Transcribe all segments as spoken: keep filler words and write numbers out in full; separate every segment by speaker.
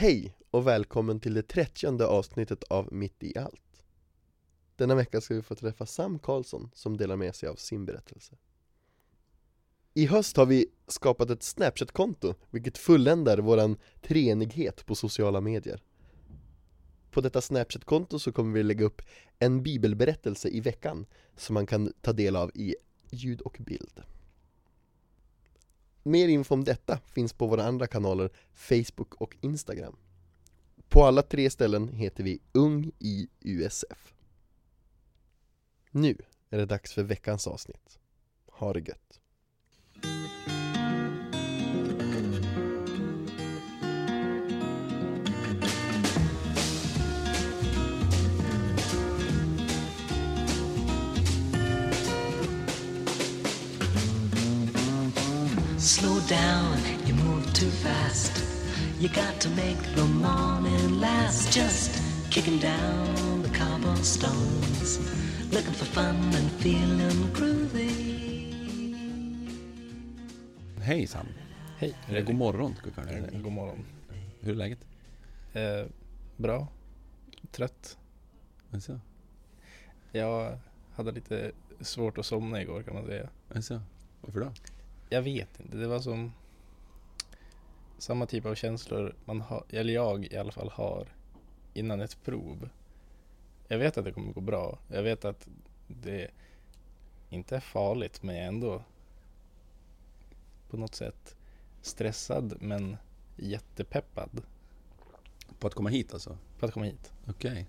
Speaker 1: Hej och välkommen till det trettionde avsnittet av Mitt i allt. Denna vecka ska vi få träffa Sam Karlsson som delar med sig av sin berättelse. I höst har vi skapat ett Snapchat-konto, vilket fulländar våran treenighet på sociala medier. På detta Snapchat-konto så kommer vi lägga upp en bibelberättelse i veckan som man kan ta del av i ljud och bild. Mer info om detta finns på våra andra kanaler Facebook och Instagram. På alla tre ställen heter vi Ung i U S F. Nu är det dags för veckans avsnitt. Ha det gött!
Speaker 2: Slow down, you move too fast. You got to make the morning last. Just kicking down the cobblestones, looking for fun and feeling groovy.
Speaker 3: Hej Sam.
Speaker 4: Hej.
Speaker 3: Eller god morgon ska vi kanske
Speaker 4: Eh,
Speaker 3: säga.
Speaker 4: God morgon.
Speaker 3: Hur är läget?
Speaker 4: Eh, bra. Trött.
Speaker 3: Alltså,
Speaker 4: Jag hade lite svårt att somna igår kan man säga.
Speaker 3: alltså. Varför då?
Speaker 4: Jag vet inte. Det var som samma typ av känslor man har, eller jag i alla fall har innan ett prov. Jag vet att det kommer gå bra. Jag vet att det inte är farligt, men jag är ändå på något sätt stressad men jättepeppad
Speaker 3: På att komma hit alltså?
Speaker 4: på att komma hit.
Speaker 3: Okej.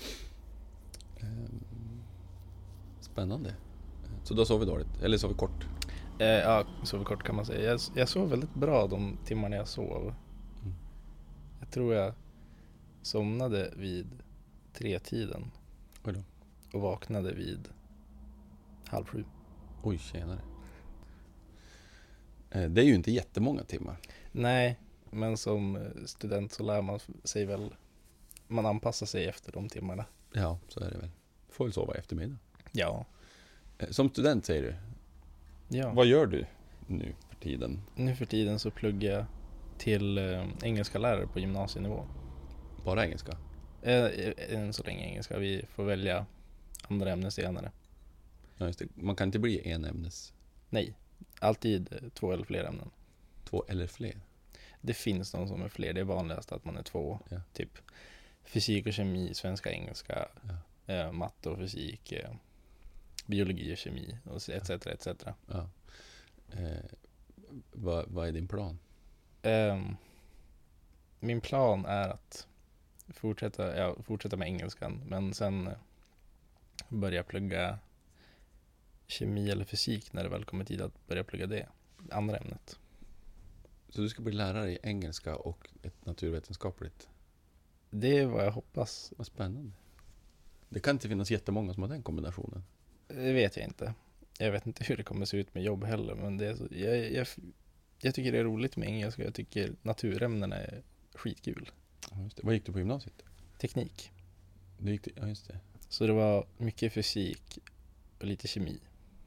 Speaker 3: Ehm, Spännande. Så då sov vi dåligt? Eller sov vi kort?
Speaker 4: Eh, ja, sov kort kan man säga. Jag, jag sov väldigt bra de timmarna jag sov.
Speaker 3: Mm.
Speaker 4: Jag tror jag somnade vid tre tiden
Speaker 3: Oj då.
Speaker 4: och vaknade vid halv sju.
Speaker 3: Oj, tjenare. Eh, Det är ju inte jättemånga timmar.
Speaker 4: Nej, men som student så lär man sig väl, man anpassar sig efter de timmarna.
Speaker 3: Ja, så är det väl. Får väl sova i eftermiddag.
Speaker 4: Ja.
Speaker 3: Eh, Som student säger du.
Speaker 4: ja.
Speaker 3: Vad gör du nu för tiden?
Speaker 4: Nu för tiden så pluggar jag till eh, engelska lärare på gymnasienivå.
Speaker 3: Bara engelska?
Speaker 4: Eh, än så länge engelska. Vi får välja andra ämnen senare.
Speaker 3: Ja, just det. Man kan inte bli en ämnes.
Speaker 4: Nej, alltid eh, två eller fler ämnen.
Speaker 3: Två eller fler.
Speaker 4: Det finns någon som är fler. Det är vanligast att man är två.
Speaker 3: Ja.
Speaker 4: Typ fysik och kemi, svenska, engelska,
Speaker 3: Ja.
Speaker 4: eh, matte och fysik, eh, biologi och kemi och et cetera et cetera.
Speaker 3: Ja. Eh, vad, vad är din plan?
Speaker 4: Um, min plan är att fortsätta, ja, fortsätta med engelskan, men sen eh, börja plugga kemi eller fysik när det väl kommer tid att börja plugga det andra ämnet.
Speaker 3: Så du ska bli lärare i engelska och ett naturvetenskapligt?
Speaker 4: Det är vad jag hoppas.
Speaker 3: Vad spännande. Det kan inte finnas jättemånga som har den kombinationen.
Speaker 4: Det vet jag inte. Jag vet inte hur det kommer se ut med jobb heller, men det är så, jag, jag, jag tycker det är roligt med engelska. Jag tycker naturämnena är skitkul.
Speaker 3: Ja, just det. Vad gick du på gymnasiet?
Speaker 4: Teknik.
Speaker 3: Du gick till, ja, just det.
Speaker 4: Så det var mycket fysik och lite kemi.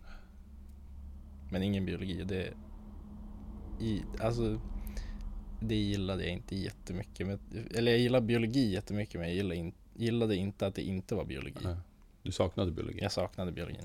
Speaker 4: Men ingen biologi. Det, i, alltså, det gillade jag inte jättemycket. Men, eller jag gillade biologi jättemycket, men jag gillade, in, gillade inte att det inte var biologi.
Speaker 3: Ja. Du saknade biologi.
Speaker 4: Jag saknade biologin.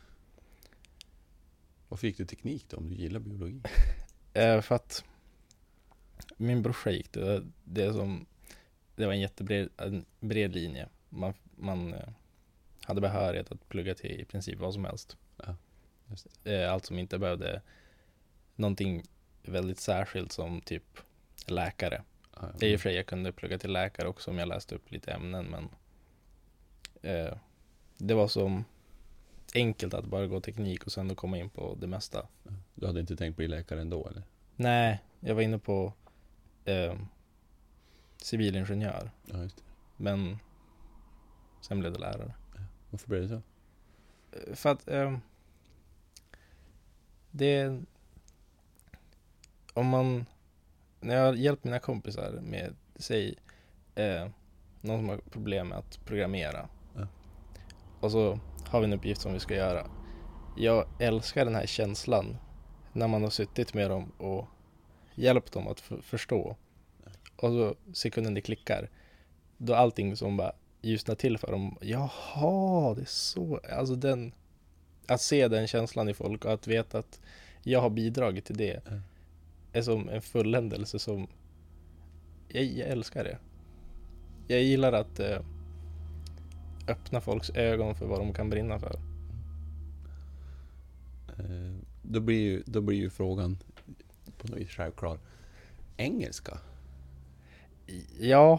Speaker 3: Varför gick du teknik då om du gillar biologi?
Speaker 4: Eh, för att min brorsa gick det. Det, är som, det var en jättebred en bred linje. Man, man eh, hade behörighet att plugga till i princip vad som helst.
Speaker 3: Ja, just det.
Speaker 4: Eh, allt som inte behövde någonting väldigt särskilt som typ läkare.
Speaker 3: Ja, ja.
Speaker 4: Det är ju för att jag kunde plugga till läkare också om jag läste upp lite ämnen, men eh, det var som enkelt att bara gå teknik och sen då komma in på det mesta.
Speaker 3: Du hade inte tänkt bli läkare ändå, eller?
Speaker 4: Nej, jag var inne på eh, civilingenjör,
Speaker 3: Ja, just det.
Speaker 4: men sen blev det lärare.
Speaker 3: Varför blev det så?
Speaker 4: Eh, För att eh, det, om man, när jag har hjälpt mina kompisar med, säg eh, någon som har problem med att programmera,
Speaker 3: Ja.
Speaker 4: och så har vi en uppgift som vi ska göra. Jag älskar den här känslan när man har suttit med dem och hjälpt dem att f- förstå. Och så sekunden det klickar, då allting som bara ljusnar till för dem. Jaha, det är så. Alltså den, att se den känslan i folk och att veta att jag har bidragit till det
Speaker 3: Mm.
Speaker 4: är som en fulländelse som jag, jag älskar det. Jag gillar att eh, öppna folks ögon för vad de kan brinna för.
Speaker 3: Eh, då, blir ju, då blir ju frågan på något vis självklar. Engelska?
Speaker 4: Ja.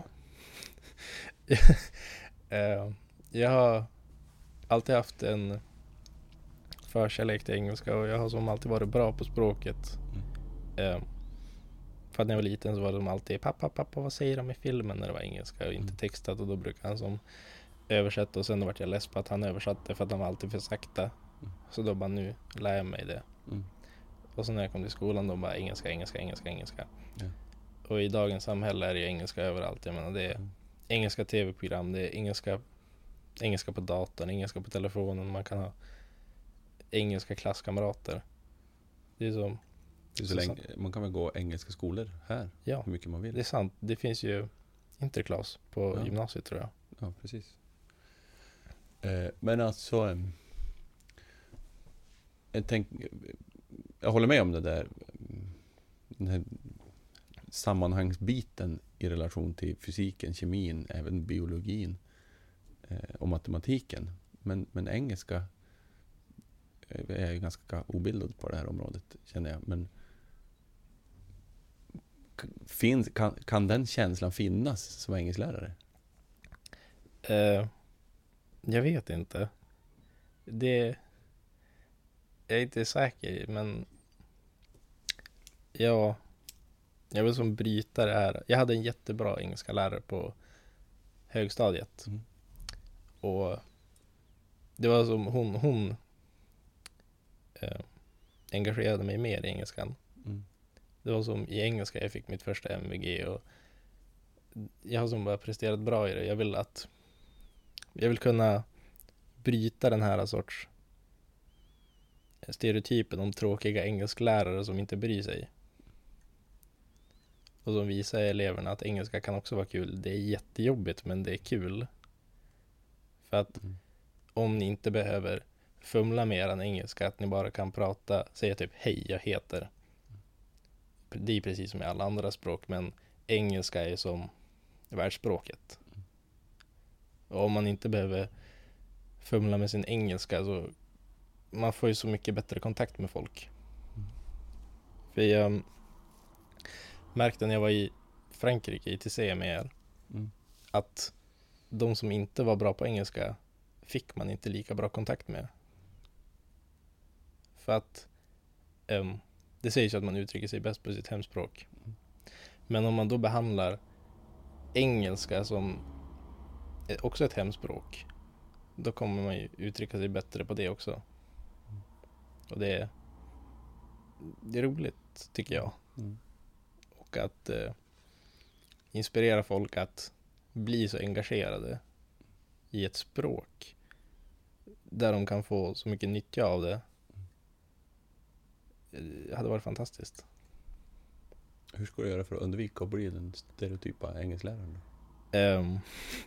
Speaker 4: eh, jag har alltid haft en förkärlek till engelska och jag har som alltid varit bra på språket. Eh, för att när jag var liten så var de alltid pappa, pappa, vad säger de i filmen när det var engelska och inte
Speaker 3: Mm.
Speaker 4: textat, och då brukade han som översätta och sen vart jag less på att han översatte för att han var alltid för sakta.
Speaker 3: Mm.
Speaker 4: Så då bara nu lär jag mig det.
Speaker 3: Mm.
Speaker 4: Och så när jag kom till skolan då bara engelska, engelska, engelska, engelska.
Speaker 3: Ja.
Speaker 4: Och i dagens samhälle är det engelska överallt. Jag menar det är
Speaker 3: Mm.
Speaker 4: engelska tv-program, det är engelska, engelska på datorn, engelska på telefonen, man kan ha engelska klasskamrater. Det är som,
Speaker 3: Det är så
Speaker 4: Så
Speaker 3: länge, man kan väl gå engelska skolor här
Speaker 4: ja,
Speaker 3: hur mycket man vill.
Speaker 4: det är sant. Det finns ju interklass på
Speaker 3: Ja.
Speaker 4: gymnasiet tror jag.
Speaker 3: Ja, precis. Eh, men alltså, em, jag, tänk, jag håller med om det där, em, den här sammanhangsbiten i relation till fysiken, kemin, även biologin eh, och matematiken. Men, men engelska eh, är ju ganska obildad på det här området, känner jag. Men k- finns, kan, kan den känslan finnas som engelsklärare?
Speaker 4: Eh, jag vet inte. Det jag är inte säker, men ja, jag vill som bryta det här. Jag hade en jättebra engelska lärare på högstadiet.
Speaker 3: Mm.
Speaker 4: Och det var som hon hon eh, engagerade mig mer i engelskan.
Speaker 3: Mm.
Speaker 4: Det var som i engelska jag fick mitt första M V G och jag har som bara presterat bra i det. Jag vill att jag vill kunna bryta den här sorts stereotypen om tråkiga engelsklärare som inte bryr sig. Och som visar eleverna att engelska kan också vara kul. Det är jättejobbigt, men det är kul. För att
Speaker 3: Mm.
Speaker 4: om ni inte behöver fumla med er engelska, att ni bara kan prata, säga typ hej, jag heter. Det är precis som i alla andra språk, men engelska är som världsspråket. Och om man inte behöver fumla med sin engelska så man får ju så mycket bättre kontakt med folk.
Speaker 3: Mm.
Speaker 4: För jag märkte när jag var i Frankrike i T C med er
Speaker 3: Mm.
Speaker 4: att de som inte var bra på engelska fick man inte lika bra kontakt med. För att um, det sägs ju att man uttrycker sig bäst på sitt hemspråk.
Speaker 3: Mm.
Speaker 4: Men om man då behandlar engelska som också ett hemspråk, då kommer man ju uttrycka sig bättre på det också.
Speaker 3: Mm.
Speaker 4: Och det är, det är roligt tycker jag.
Speaker 3: Mm.
Speaker 4: Och att eh, inspirera folk att bli så engagerade i ett språk där de kan få så mycket nytta av det. Det hade varit fantastiskt.
Speaker 3: Hur ska du göra för att undvika att bli den stereotypa engelskläraren?
Speaker 4: Um,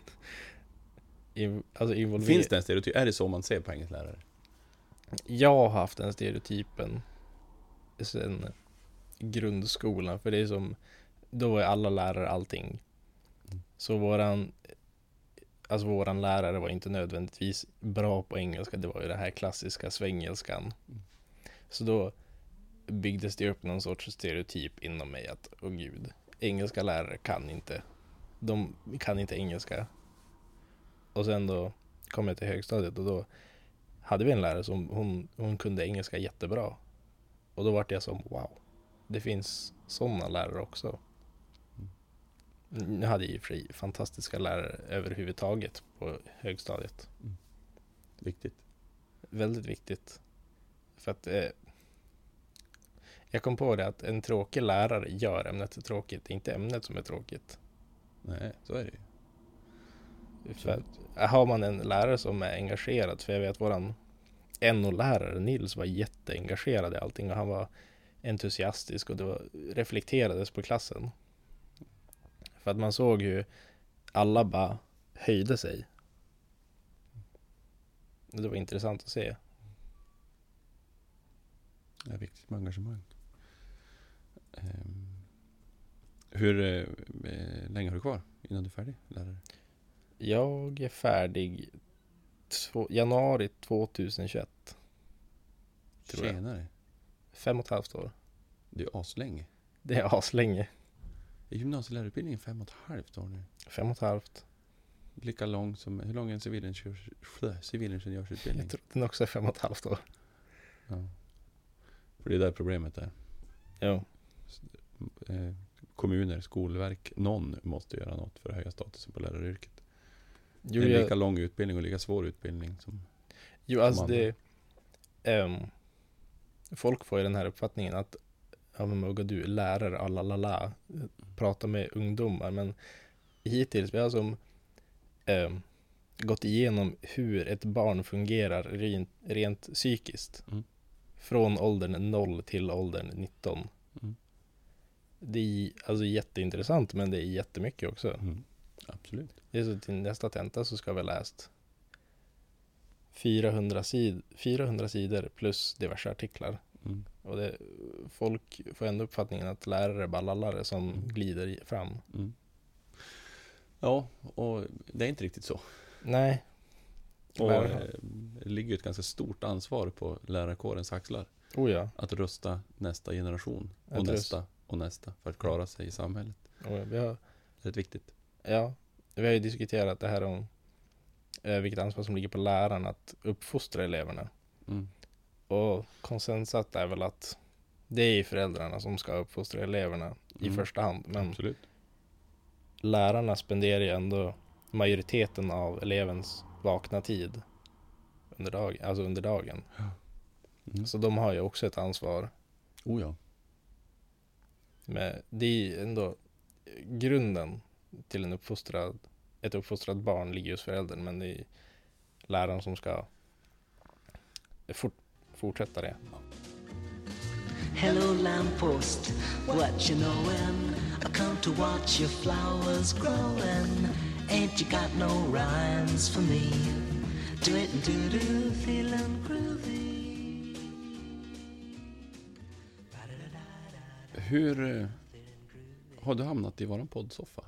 Speaker 4: in, alltså involver-
Speaker 3: Finns det en stereotyp? Är det så man ser på engelsklärare?
Speaker 4: Jag har haft den stereotypen sen grundskolan, för det är som då är alla lärare allting.
Speaker 3: Mm.
Speaker 4: Så våran alltså våran lärare var inte nödvändigtvis bra på engelska, det var ju det här klassiska svängelskan.
Speaker 3: Mm.
Speaker 4: Så då byggdes det upp någon sorts stereotyp inom mig att åh gud, engelska lärare kan inte de kan inte engelska. Och sen då kom jag till högstadiet och då hade vi en lärare som hon, hon kunde engelska jättebra. Och då var det som wow, det finns sådana lärare också. Nu hade jag i och för sig fantastiska lärare överhuvudtaget på högstadiet.
Speaker 3: Viktigt.
Speaker 4: Väldigt viktigt. För att eh, jag kom på det att en tråkig lärare gör ämnet tråkigt. Det är inte ämnet som är tråkigt.
Speaker 3: Nej, så är det ju.
Speaker 4: För att, har man en lärare som är engagerad, för jag vet våran N O-lärare Nils var jätteengagerad i allting och han var entusiastisk och det var, reflekterades på klassen. För att man såg hur alla bara höjde sig. Det var intressant att se.
Speaker 3: Det är viktigt med engagemang. Um, hur uh, länge har du kvar innan du är färdig lärare?
Speaker 4: Jag är färdig två, januari tjugohundratjugoett. Tror jag.
Speaker 3: Tjenare.
Speaker 4: Fem och ett halvt år.
Speaker 3: Det är ju aslänge.
Speaker 4: Det är aslänge.
Speaker 3: Är gymnasielärarutbildningen fem och ett halvt år nu?
Speaker 4: Fem och ett halvt.
Speaker 3: Lika lång som, hur lång är en civilingenjörs, civilingenjörsutbildning?
Speaker 4: Jag tror att den också är fem och ett halvt år.
Speaker 3: Ja. För det är där problemet är.
Speaker 4: Jo.
Speaker 3: Eh, kommuner, skolverk, någon måste göra något för att höja statusen på läraryrket.
Speaker 4: Jo,
Speaker 3: det är en
Speaker 4: jag,
Speaker 3: lika lång utbildning och lika svår utbildning som,
Speaker 4: jo
Speaker 3: som
Speaker 4: alltså
Speaker 3: andra.
Speaker 4: det... Um, folk får ju den här uppfattningen att ja, men Mugga, du är lärare, alalala, prata med ungdomar, men hittills vi har som um, gått igenom hur ett barn fungerar rent, rent psykiskt.
Speaker 3: Mm.
Speaker 4: Från åldern noll till åldern nitton.
Speaker 3: Mm.
Speaker 4: Det är alltså jätteintressant, men det är jättemycket också.
Speaker 3: Mm. Absolut.
Speaker 4: Det är så till nästa tenta så ska vi ha läst fyrahundra, sid, fyrahundra sidor plus diverse artiklar.
Speaker 3: Mm.
Speaker 4: Och det, folk får ändå uppfattningen att lärare är bara lallare som
Speaker 3: Mm.
Speaker 4: glider i- fram.
Speaker 3: Mm. Ja, och det är inte riktigt så.
Speaker 4: Nej.
Speaker 3: Och
Speaker 4: Lärare.
Speaker 3: eh, det ligger ju ett ganska stort ansvar på lärarkårens axlar
Speaker 4: Oh ja.
Speaker 3: att rusta nästa generation och
Speaker 4: Att
Speaker 3: nästa och nästa för att klara sig i samhället.
Speaker 4: Oh ja. Vi har,
Speaker 3: Det är rätt viktigt.
Speaker 4: ja, vi har ju diskuterat det här om eh, vilket ansvar som ligger på läraren att uppfostra eleverna.
Speaker 3: Mm.
Speaker 4: Och konsensat är väl att det är föräldrarna som ska uppfostra eleverna i
Speaker 3: Mm.
Speaker 4: första hand. Men
Speaker 3: Absolut.
Speaker 4: lärarna spenderar ju ändå majoriteten av elevens vakna tid under dag, alltså under dagen.
Speaker 3: Mm.
Speaker 4: Så de har ju också ett ansvar.
Speaker 3: Oh ja.
Speaker 4: Med, det är ändå grunden till en uppfostrad, ett uppfostrat barn ligger hos föräldern, men det är läraren som ska fort, fortsätta det.
Speaker 2: Hello lamppost, what you knowin'? I come to watch your flowers growin'. Ain't you got no rhymes for me? Do it and do do, feelin' groovy.
Speaker 3: Hur eh, har du hamnat i våran poddsoffa?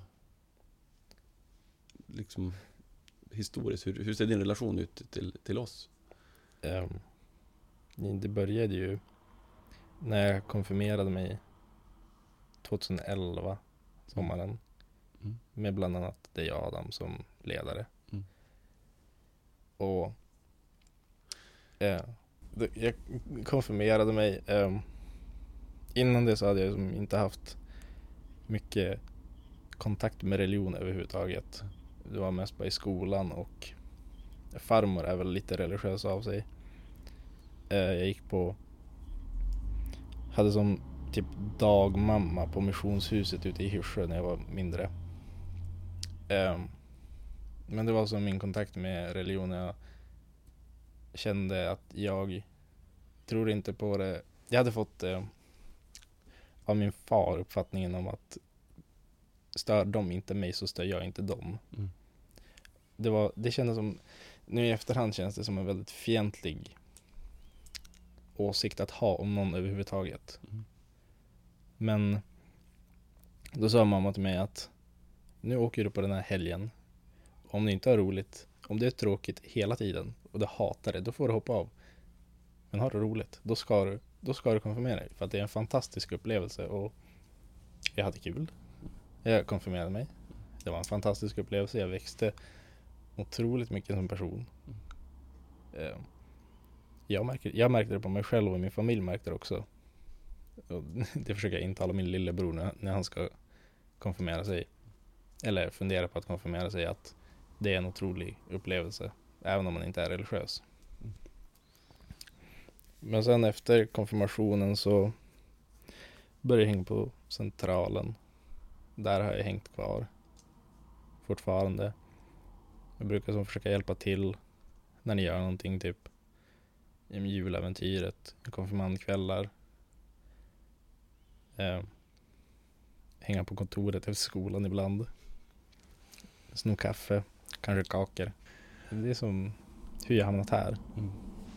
Speaker 3: Liksom historiskt, hur, hur ser din relation ut till, till oss?
Speaker 4: Um, det började ju när jag konfirmerade mig tjugoelva, sommaren.
Speaker 3: Mm.
Speaker 4: Med bland annat dig och Adam som ledare.
Speaker 3: Mm.
Speaker 4: Och eh, det, jag konfirmerade mig. Eh, innan det så hade jag som inte haft mycket kontakt med religion överhuvudtaget. Det var mest bara i skolan, och farmor är väl lite religiös av sig. Eh, jag gick på, hade som typ dagmamma på missionshuset ute i Hyrsjö när jag var mindre. Um, men det var som min kontakt med religion. Jag kände att jag tror inte på det. Jag hade fått uh, av min far uppfattningen om att stör de inte mig så stör jag inte dem.
Speaker 3: Mm.
Speaker 4: Det var, det kändes som, nu i efterhand känns det som en väldigt fientlig åsikt att ha om någon överhuvudtaget.
Speaker 3: Mm.
Speaker 4: Men då sa mamma till mig att nu åker du på den här helgen. Om du inte har roligt, om det är tråkigt hela tiden och du hatar det, då får du hoppa av. Men har du roligt, då ska du, då ska du konfirmera dig. För att det är en fantastisk upplevelse, och jag hade kul. Jag konfirmerade mig. Det var en fantastisk upplevelse. Jag växte otroligt mycket som person. Eh, Jag märkte, jag märkte det på mig själv, och min familj märkte det också. Och det försöker jag intala min lillebror när, när han ska konfirmera sig. Eller fundera på att konfirmera sig, att det är en otrolig upplevelse. Även om man inte är religiös. Men sen efter konfirmationen så började jag hänga på Centralen. Där har jag hängt kvar fortfarande. Jag brukar som försöka hjälpa till när ni gör någonting, typ i juläventyret, konfirmandkvällar. Eh, hänga på kontoret efter skolan ibland. Sno kaffe, kanske kakor. Det är som hur jag hamnat här.
Speaker 3: Mm.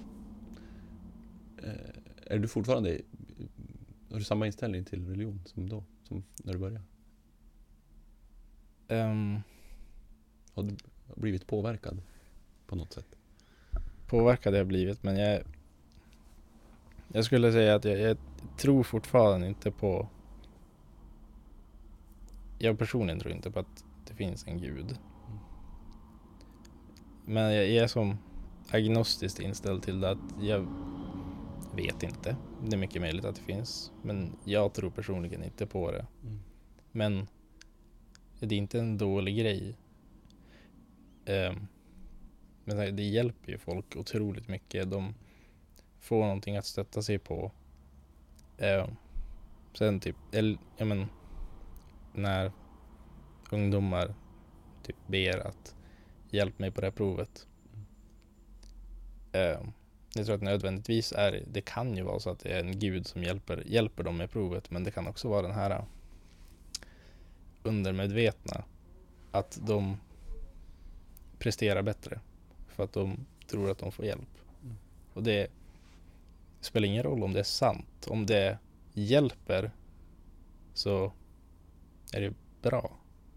Speaker 3: Eh, är du fortfarande, har du samma inställning till religion som då, som när du började?
Speaker 4: Um,
Speaker 3: Har du blivit påverkad på något sätt?
Speaker 4: påverkad har jag blivit, men jag jag skulle säga att jag, jag tror fortfarande inte på, jag personligen tror inte på att det finns en gud. Men jag är som agnostiskt inställd till det, att jag vet inte. Det är mycket möjligt att det finns, men jag tror personligen inte på det.
Speaker 3: Mm.
Speaker 4: Men det är inte en dålig grej. Um, men det hjälper ju folk otroligt mycket. De får någonting att stötta sig på. Um, sen typ, eller, ja men, när ungdomar typ ber att hjälp mig på det här provet. Um, jag tror att nödvändigtvis är, det kan ju vara så att det är en gud som hjälper, hjälper dem med provet, men det kan också vara den här undermedvetna, att de presterar bättre för att de tror att de får hjälp.
Speaker 3: Mm.
Speaker 4: Och det spelar ingen roll om det är sant. Om det hjälper så är det bra.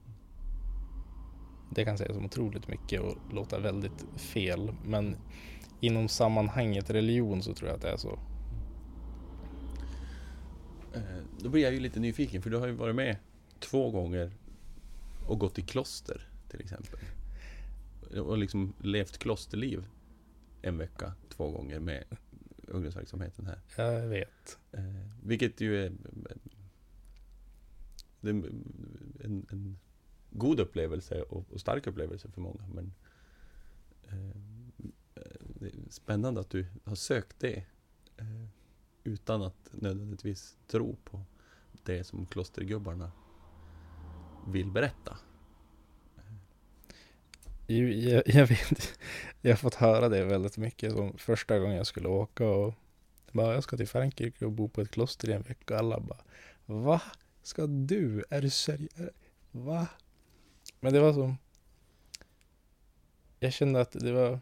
Speaker 4: Det kan sägas som otroligt mycket och låta väldigt fel, men inom sammanhanget religion så tror jag att det är så.
Speaker 3: Eh, då blir jag ju lite nyfiken, för du har ju varit med två gånger och gått i kloster till exempel. Och liksom levt klosterliv en vecka, två gånger med ungdomsverksamheten här.
Speaker 4: Jag vet.
Speaker 3: Eh, vilket ju är det är en, en god upplevelse och, och stark upplevelse för många. Men eh, det är spännande att du har sökt det eh, utan att nödvändigtvis tro på det som klostergubbarna vill berätta.
Speaker 4: Jag, jag, jag vet, jag har fått höra det väldigt mycket, som första gången jag skulle åka och bara, jag ska till Frankrike och bo på ett kloster i en vecka, och alla bara, va? Ska du? Är du seriös? Va? Men det var som, jag kände att det var,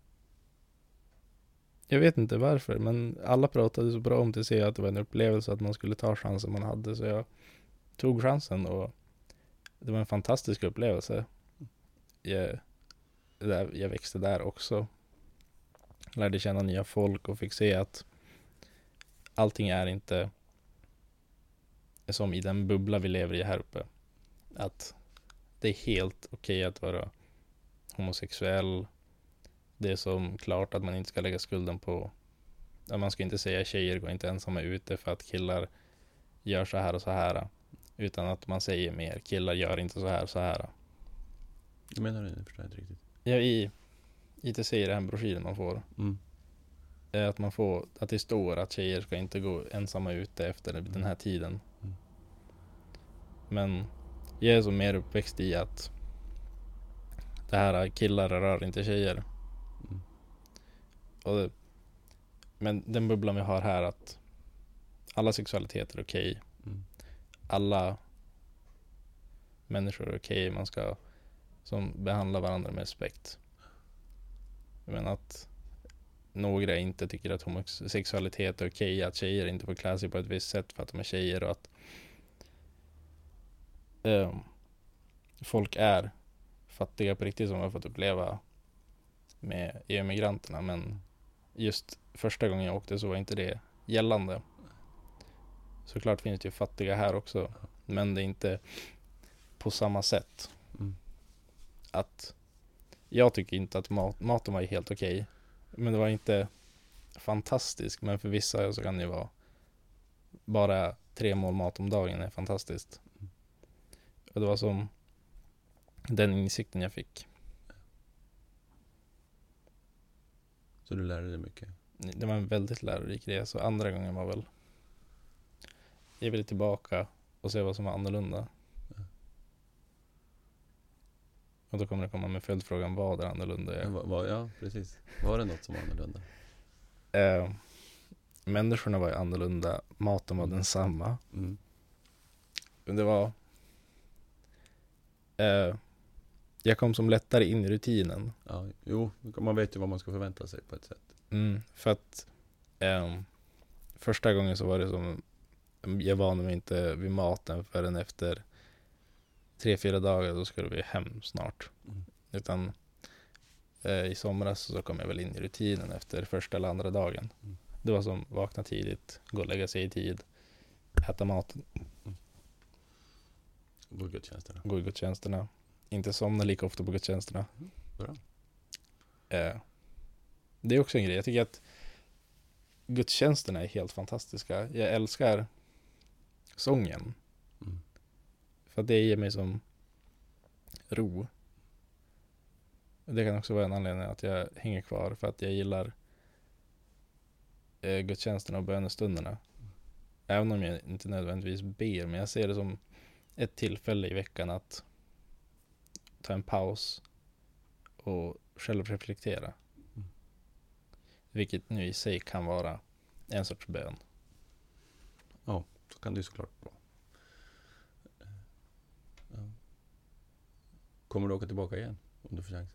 Speaker 4: jag vet inte varför, men alla pratade så bra om det, se att det var en upplevelse, att man skulle ta chansen man hade, så jag tog chansen och det var en fantastisk upplevelse. Jag, där, jag växte där också, lärde känna nya folk och fick se att allting är inte som i den bubbla vi lever i här uppe. Att det är helt okej att vara homosexuell. Det är som klart att man inte ska lägga skulden på, att man ska inte säga tjejer går inte ensamma ute för att killar gör så här och så här, utan att man säger mer, killar gör inte så här och så här.
Speaker 3: Jag menar det, jag förstår inte riktigt.
Speaker 4: Ja, i I T C, i den här broschyren man får,
Speaker 3: Mm.
Speaker 4: är att man får, att det står att tjejer ska inte gå ensamma ute efter mm. den här tiden.
Speaker 3: Mm.
Speaker 4: Men jag är så mer uppväxt i att det här, killar rör inte tjejer.
Speaker 3: Mm.
Speaker 4: Och det, men den bubblan vi har här, att alla sexualiteter är okej.
Speaker 3: Mm.
Speaker 4: Alla människor är okej. Man ska som behandla varandra med respekt. Men att några inte tycker att homosexualitet är okej, att tjejer inte får klä sig på ett visst sätt för att de är tjejer, och att um, folk är fattiga på riktigt, som jag har fått uppleva med E U-migranterna. Men just första gången jag åkte så var inte det gällande. Såklart finns det ju fattiga här också, men det är inte på samma sätt.
Speaker 3: Mm.
Speaker 4: Att jag tycker inte att mat, maten var helt okej, men det var inte fantastiskt. Men för vissa så kan det vara bara tre mål mat om dagen är fantastiskt.
Speaker 3: Mm.
Speaker 4: Och det var som den insikten jag fick.
Speaker 3: Så du lärde dig mycket?
Speaker 4: Det var en väldigt lärorik resa. Så andra gången var väl, jag ville tillbaka och se vad som var annorlunda.
Speaker 3: Ja.
Speaker 4: Och då kommer det komma med följdfrågan, vad är annorlunda?
Speaker 3: Ja, va, va, ja, precis. Var det något som var annorlunda?
Speaker 4: Eh, människorna var ju annorlunda, maten var densamma.
Speaker 3: Mm.
Speaker 4: Men det var eh, jag kom som lättare in i rutinen.
Speaker 3: Ja, jo, man vet ju vad man ska förvänta sig på ett sätt.
Speaker 4: Mm, för att eh, första gången så var det som, jag vande mig inte vid maten förrän efter tre, fyra dagar, då skulle vi hem snart.
Speaker 3: Mm.
Speaker 4: Utan eh, i somras så kom jag väl in i rutinen efter första eller andra dagen.
Speaker 3: Mm.
Speaker 4: Det var som vakna tidigt, gå och lägga sig i tid, äta maten,
Speaker 3: Gå i gudstjänsterna.
Speaker 4: gå i gudstjänsterna. Inte somna lika ofta på gudstjänsterna.
Speaker 3: Mm, bra.
Speaker 4: Eh, det är också en grej. Jag tycker att gudstjänsterna är helt fantastiska. Jag älskar sången.
Speaker 3: Mm.
Speaker 4: För att det ger mig som ro. Det kan också vara en anledning att jag hänger kvar. För att jag gillar eh, gudstjänsterna och bönestunderna. Även om jag inte nödvändigtvis ber. Men jag ser det som ett tillfälle i veckan att ta en paus och själv reflektera.
Speaker 3: Mm.
Speaker 4: Vilket nu i sig kan vara en sorts bön.
Speaker 3: Ja, så kan det ju såklart vara. Ja. Kommer du åka tillbaka igen om du får chans?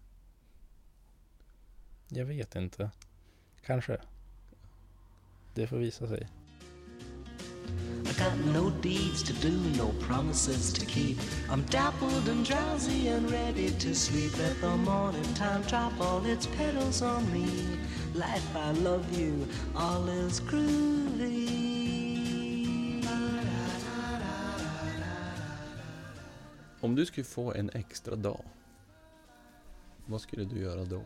Speaker 4: Jag vet inte. Kanske. Det får visa sig.
Speaker 2: I got no deeds to do, no promises to keep. I'm dappled and drowsy and ready to sleep. Let the morning time drop all its petals on me. Life, I love you, all is groovy.
Speaker 3: Om du skulle få en extra dag, vad skulle du göra då?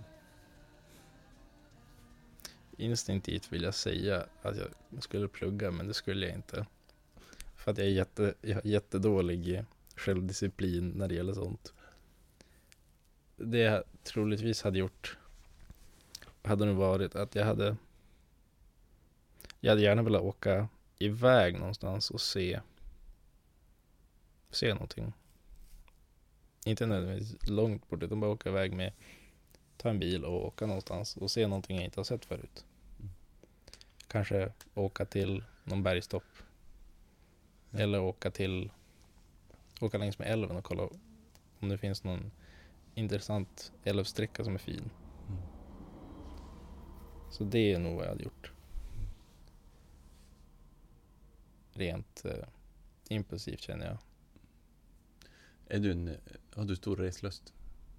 Speaker 4: Instinktivt vill jag säga att jag skulle plugga, men det skulle jag inte. För att jag är jätte, jag har jättedålig självdisciplin när det gäller sånt. Det jag troligtvis hade gjort hade nog varit att jag hade jag hade gärna velat åka iväg någonstans och se se någonting. Inte nödvändigtvis långt bort, utan bara åka iväg med ta en bil och åka någonstans och se någonting jag inte har sett förut.
Speaker 3: Mm.
Speaker 4: Kanske åka till någon bergstopp. Mm. Eller åka till åka längs med älven och kolla om det finns någon intressant älvsträcka som är fin.
Speaker 3: Mm.
Speaker 4: Så det är nog vad jag hade gjort. Rent eh, impulsivt känner jag.
Speaker 3: Är du en, har du stor reslust?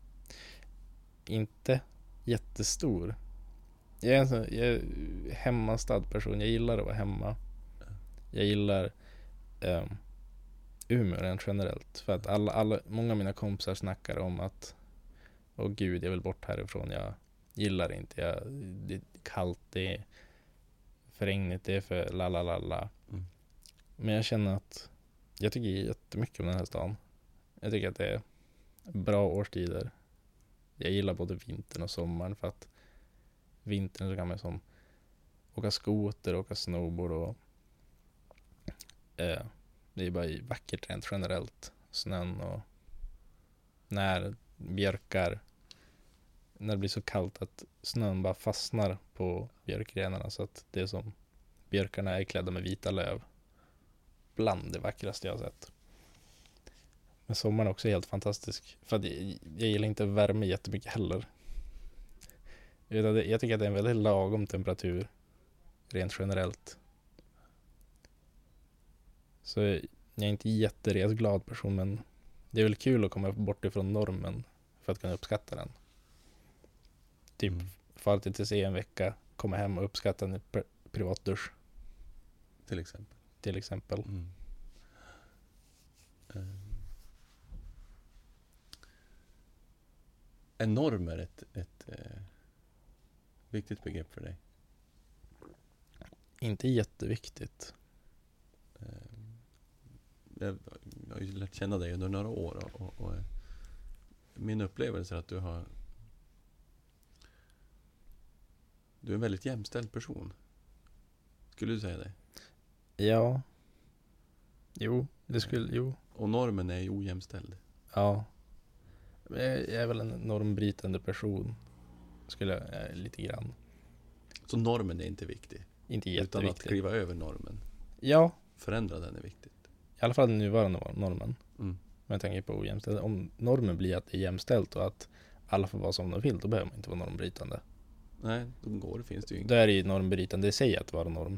Speaker 4: Inte jättestor. Jag är en sån, jag är hemmastad person. Jag gillar att vara hemma. Jag gillar um, Umeå rent generellt. För att alla, alla, många av mina kompisar snackar om att åh gud, jag vill bort härifrån. Jag gillar inte. Jag, det är kallt, det är för regnigt, det är för la la la la.
Speaker 3: Mm.
Speaker 4: Men jag känner att jag tycker jättemycket om den här stan. Jag tycker att det är bra årstider. Jag gillar både vintern och sommaren, för att vintern så kan man som åka skoter, åka snowboard och eh, det är bara vackert rent generellt. Snön och när björkar, när det blir så kallt att snön bara fastnar på björkgrenarna så att det är som björkarna är klädda med vita löv. Bland det vackraste jag har sett. Men sommaren är också helt fantastisk. För att jag, jag gillar inte värme jättemycket heller. Utan det, jag tycker att det är en väldigt lagom temperatur. Rent generellt. Så jag är inte jätteresglad person. Men det är väl kul att komma bort ifrån normen. För att kunna uppskatta den. Typ
Speaker 3: Mm.
Speaker 4: fara till T C en vecka. Komma hem och uppskatta en pri- privat dusch.
Speaker 3: Till exempel.
Speaker 4: Till exempel.
Speaker 3: Mm. Um. Är normer ett, ett eh, viktigt begrepp för dig?
Speaker 4: Inte jätteviktigt.
Speaker 3: Eh, jag, jag har ju lärt känna dig under några år och, och, och min upplevelse är att du har du är en väldigt jämställd person. Skulle du säga det?
Speaker 4: Ja. Jo, det skulle, jo.
Speaker 3: Och normen är ju ojämställd.
Speaker 4: Ja. Jag är väl en normbrytande person. Skulle jag, eh, lite grann.
Speaker 3: Så normen är inte viktig.
Speaker 4: Inte
Speaker 3: Utan att
Speaker 4: jätteviktigt.
Speaker 3: kliva över normen.
Speaker 4: Ja,
Speaker 3: Förändra den är viktigt.
Speaker 4: i alla fall den nuvarande normen.
Speaker 3: Mm.
Speaker 4: jag tänker på ojämställt. Om normen blir att det är jämställt och att alla får vara som de vill, då behöver man inte vara normbrytande.
Speaker 3: Nej, de går, det finns det ju
Speaker 4: Då är det ju normbrytande i sig att vara norm.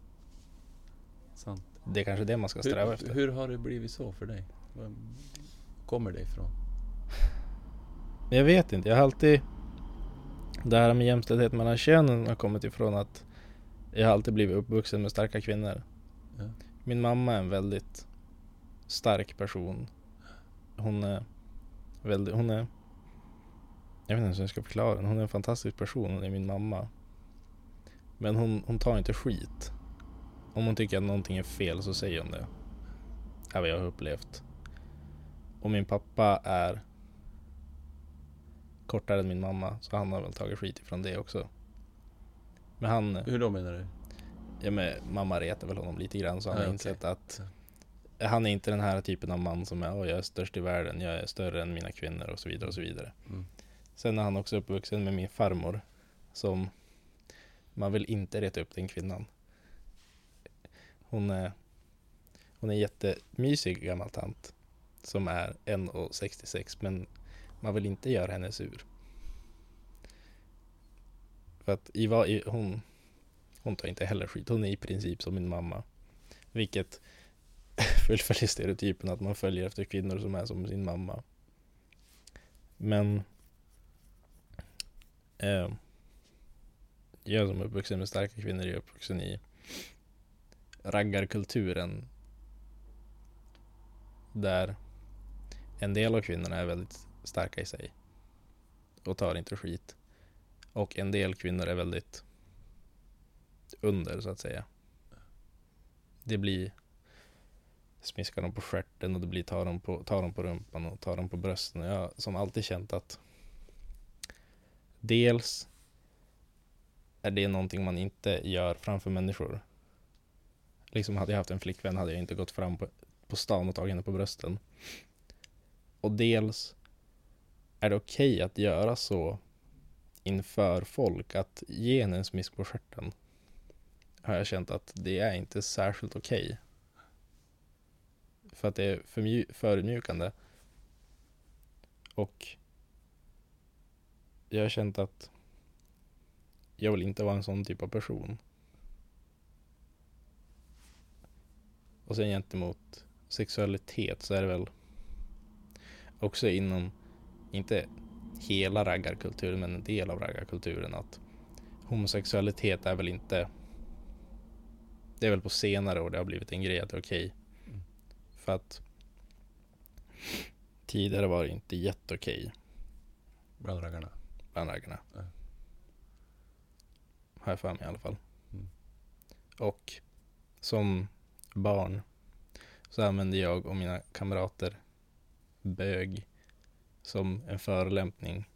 Speaker 3: Sant.
Speaker 4: Det är kanske det man ska sträva
Speaker 3: Hur,
Speaker 4: efter.
Speaker 3: hur har det blivit så för dig? Var kommer det ifrån?
Speaker 4: Jag vet inte, jag har alltid... Det här med jämställdhet mellan könen har kommit ifrån att jag har alltid blivit uppvuxen med starka kvinnor.
Speaker 3: Ja.
Speaker 4: Min mamma är en väldigt stark person. Hon är väldigt... Hon är... Jag vet inte hur jag ska förklara den. Hon är en fantastisk person, hon är min mamma. Men hon, hon tar inte skit. Om hon tycker att någonting är fel så säger hon det. Det är vad jag har upplevt. Och min pappa är kortare än min mamma, så han har väl tagit skit ifrån det också. Men han...
Speaker 3: Hur då menar du?
Speaker 4: Ja, men mamma retar väl honom lite grann, så han
Speaker 3: Ja,
Speaker 4: har
Speaker 3: okej.
Speaker 4: insett att han är inte den här typen av man som är "Åh, jag är störst i världen, jag är större än mina kvinnor" och så vidare och så vidare.
Speaker 3: Mm.
Speaker 4: Sen är han också uppvuxen med min farmor, som man vill inte reta upp den kvinnan. Hon är hon är en jättemysig gammal tant som är en komma sextiosex, men man vill inte göra henne sur. För att i, vad- i, hon hon tar inte heller skit. Hon är i princip som min mamma. Vilket fullföljer stereotypen att man följer efter kvinnor som är som sin mamma. Men eh, jag som är uppvuxen med starka kvinnor är uppvuxen i raggarkulturen, där en del av kvinnorna är väldigt starka i sig och tar inte skit, och en del kvinnor är väldigt under, så att säga. Det blir smiska dem på stjärten och det blir ta dem på, ta dem på rumpan och ta dem på brösten. Jag har som alltid känt att dels är det någonting man inte gör framför människor. Liksom hade jag haft en flickvän hade jag inte gått fram på, på stan och tagit henne på brösten. Och dels är det okej att göra så inför folk, att ge henne en smisk på stjärten. Har jag känt att det är inte särskilt okej. För att det är förmju- förmjukande. Och jag har känt att jag vill inte vara en sån typ av person. Och sen gentemot sexualitet så är det väl också inom, inte hela raggarkulturen, men en del av raggarkulturen, att homosexualitet är väl inte, det är väl på senare år det har blivit en grej att det är okej.
Speaker 3: Mm.
Speaker 4: För att tidigare var det inte jätteokej
Speaker 3: Bland raggarna.
Speaker 4: bland raggarna.
Speaker 3: Ja.
Speaker 4: Har jag för mig i alla fall.
Speaker 3: Mm.
Speaker 4: Och som barn så använde jag och mina kamrater bög som en förolämpning.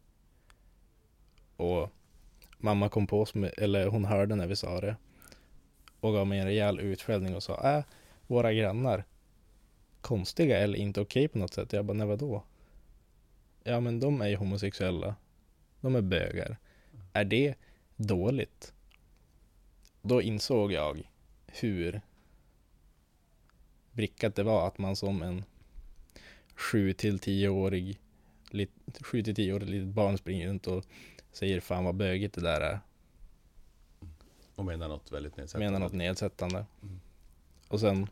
Speaker 4: Och mamma kom på oss med, eller hon hörde när vi sa det och gav mig en rejäl utskällning och sa: Är våra grannar konstiga eller inte okej på något sätt? Jag bara, nej vadå? Ja, men de är ju homosexuella. De är bögar. Är det dåligt? Då insåg jag hur brickat det var att man som en sju till tio-årig sju till tio-årig litet barn springer runt och säger fan vad bögigt det där är.
Speaker 3: Och menar något väldigt nedsättande.
Speaker 4: Menar något nedsättande.
Speaker 3: Mm.
Speaker 4: Och sen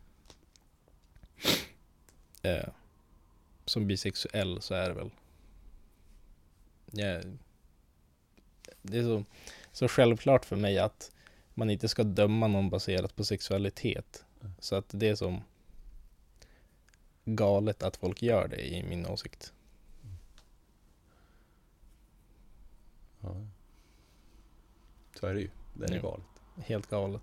Speaker 4: eh, som bisexuell så är det väl ja, det är så, så självklart för mig att man inte ska döma någon baserat på sexualitet.
Speaker 3: Mm.
Speaker 4: Så att det är som galet att folk gör det i min åsikt.
Speaker 3: Ja. Så är det ju. Det är
Speaker 4: Jo.
Speaker 3: galet.
Speaker 4: Helt galet.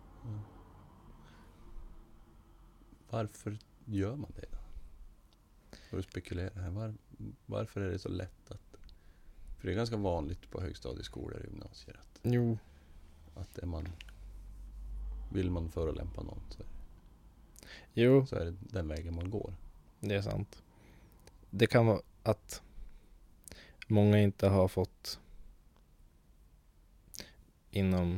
Speaker 3: Varför gör man det då? Får du spekulera här? Var, varför är det så lätt att... För det är ganska vanligt på högstadieskolor och gymnasier att,
Speaker 4: Jo.
Speaker 3: att är man... Vill man förolämpa någon så är,
Speaker 4: Jo,
Speaker 3: så är det den vägen man går.
Speaker 4: det är sant. Det kan vara att många inte har fått inom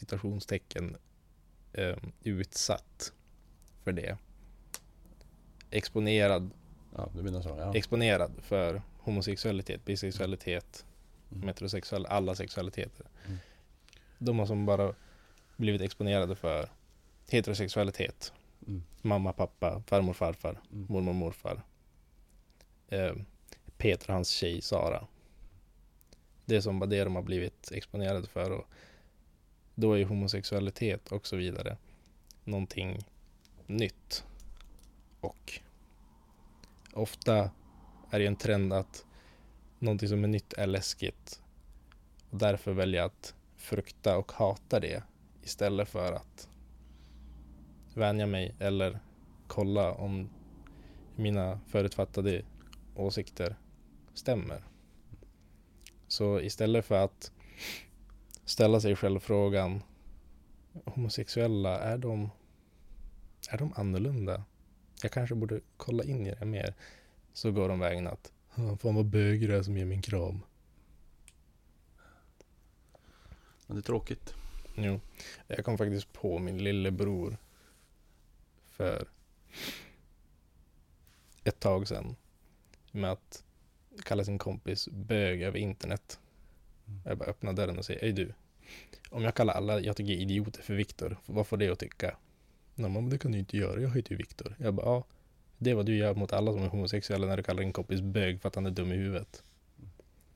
Speaker 4: citationstecken eh, utsatt för det. exponerad,
Speaker 3: Ja, du menar så. Ja.
Speaker 4: exponerad för homosexualitet, bisexualitet,
Speaker 3: Mm.
Speaker 4: metrosexual, alla sexualiteter.
Speaker 3: Mm.
Speaker 4: De har som bara blivit exponerade för heterosexualitet.
Speaker 3: Mm.
Speaker 4: Mamma, pappa, farmor, farfar,
Speaker 3: Mm.
Speaker 4: mormor, morfar. Eh, Peter och hans tjej Sara. Det är som bara det de har blivit exponerade för. Och då är ju homosexualitet och så vidare någonting nytt. Och ofta är det en trend att någonting som är nytt är läskigt. Och därför väljer jag att frukta och hata det istället för att vänja mig eller kolla om mina förutfattade åsikter stämmer. Så istället för att ställa sig själv frågan, homosexuella, är de är de annorlunda? Jag kanske borde kolla in i det mer. Så går de vägen att fan vad bög det är som ger min kram.
Speaker 3: Men det är tråkigt.
Speaker 4: Jo, jag kom faktiskt på min lillebror för ett tag sedan med att kalla sin kompis bög över internet.
Speaker 3: Mm.
Speaker 4: Jag bara öppnar dörren och säger, ej du, om jag kallar alla jag tycker idioter för Viktor, vad får det att tycka? Nej, men det kan du inte göra, jag heter ju Viktor. Jag bara, ja, det är vad du gör mot alla som är homosexuella när du kallar din kompis bög för att han är dum i huvudet.
Speaker 3: Mm.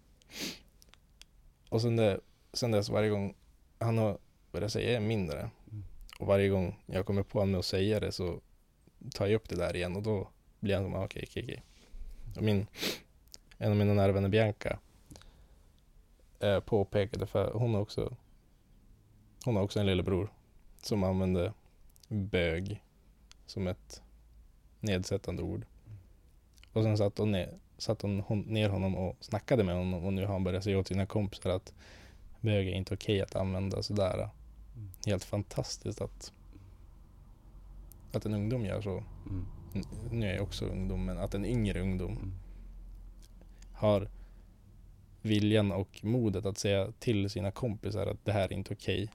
Speaker 4: Och sen, det, sen dess varje gång han har börjat säga är mindre.
Speaker 3: Mm.
Speaker 4: Och varje gång jag kommer på honom med att säga det så tar jag upp det där igen och då blir han som, ah, okej, okej, okej. Och min, en av mina nära vänner, Bianca, eh, påpekade, för hon har också hon har också en lillebror som använde bög som ett nedsättande ord. Och sen satt hon ner, satt hon, hon ner honom och snackade med honom, och nu har han börjat säga åt sina kompisar att bög är inte okej att använda sådär.
Speaker 3: Mm.
Speaker 4: Helt fantastiskt att att en ungdom gör så.
Speaker 3: Mm.
Speaker 4: N- nu är jag också ungdom, men att en yngre ungdom
Speaker 3: Mm.
Speaker 4: har viljan och modet att säga till sina kompisar att det här är inte okej.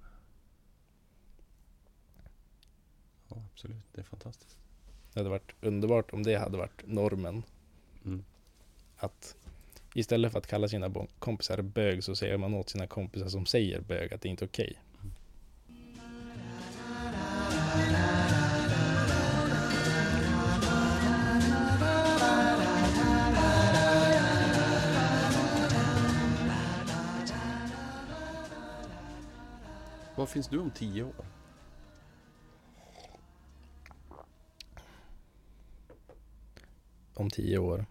Speaker 3: Ja, absolut. Det är fantastiskt.
Speaker 4: Det hade varit underbart om det hade varit normen.
Speaker 3: Mm.
Speaker 4: Att istället för att kalla sina bo- kompisar bög så säger man åt sina kompisar som säger bög att det inte är okej.
Speaker 3: Var finns du om tio år?
Speaker 4: Om tio år.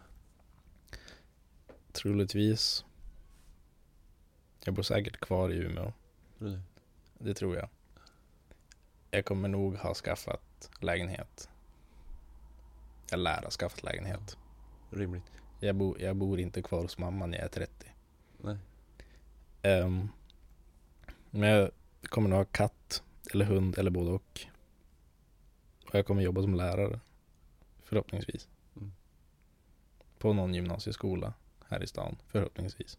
Speaker 4: Troligtvis. Jag bor säkert kvar i Umeå.
Speaker 3: Tror du det?
Speaker 4: Det tror jag. Jag kommer nog ha skaffat lägenhet. Jag lär ha skaffat lägenhet.
Speaker 3: Rimligt.
Speaker 4: Jag, bo, jag bor inte kvar hos mamma när jag är trettio.
Speaker 3: Nej.
Speaker 4: Um, men jag kommer nog ha katt eller hund eller både och. Och jag kommer jobba som lärare. Förhoppningsvis.
Speaker 3: Mm.
Speaker 4: På någon gymnasieskola här i stan. Förhoppningsvis.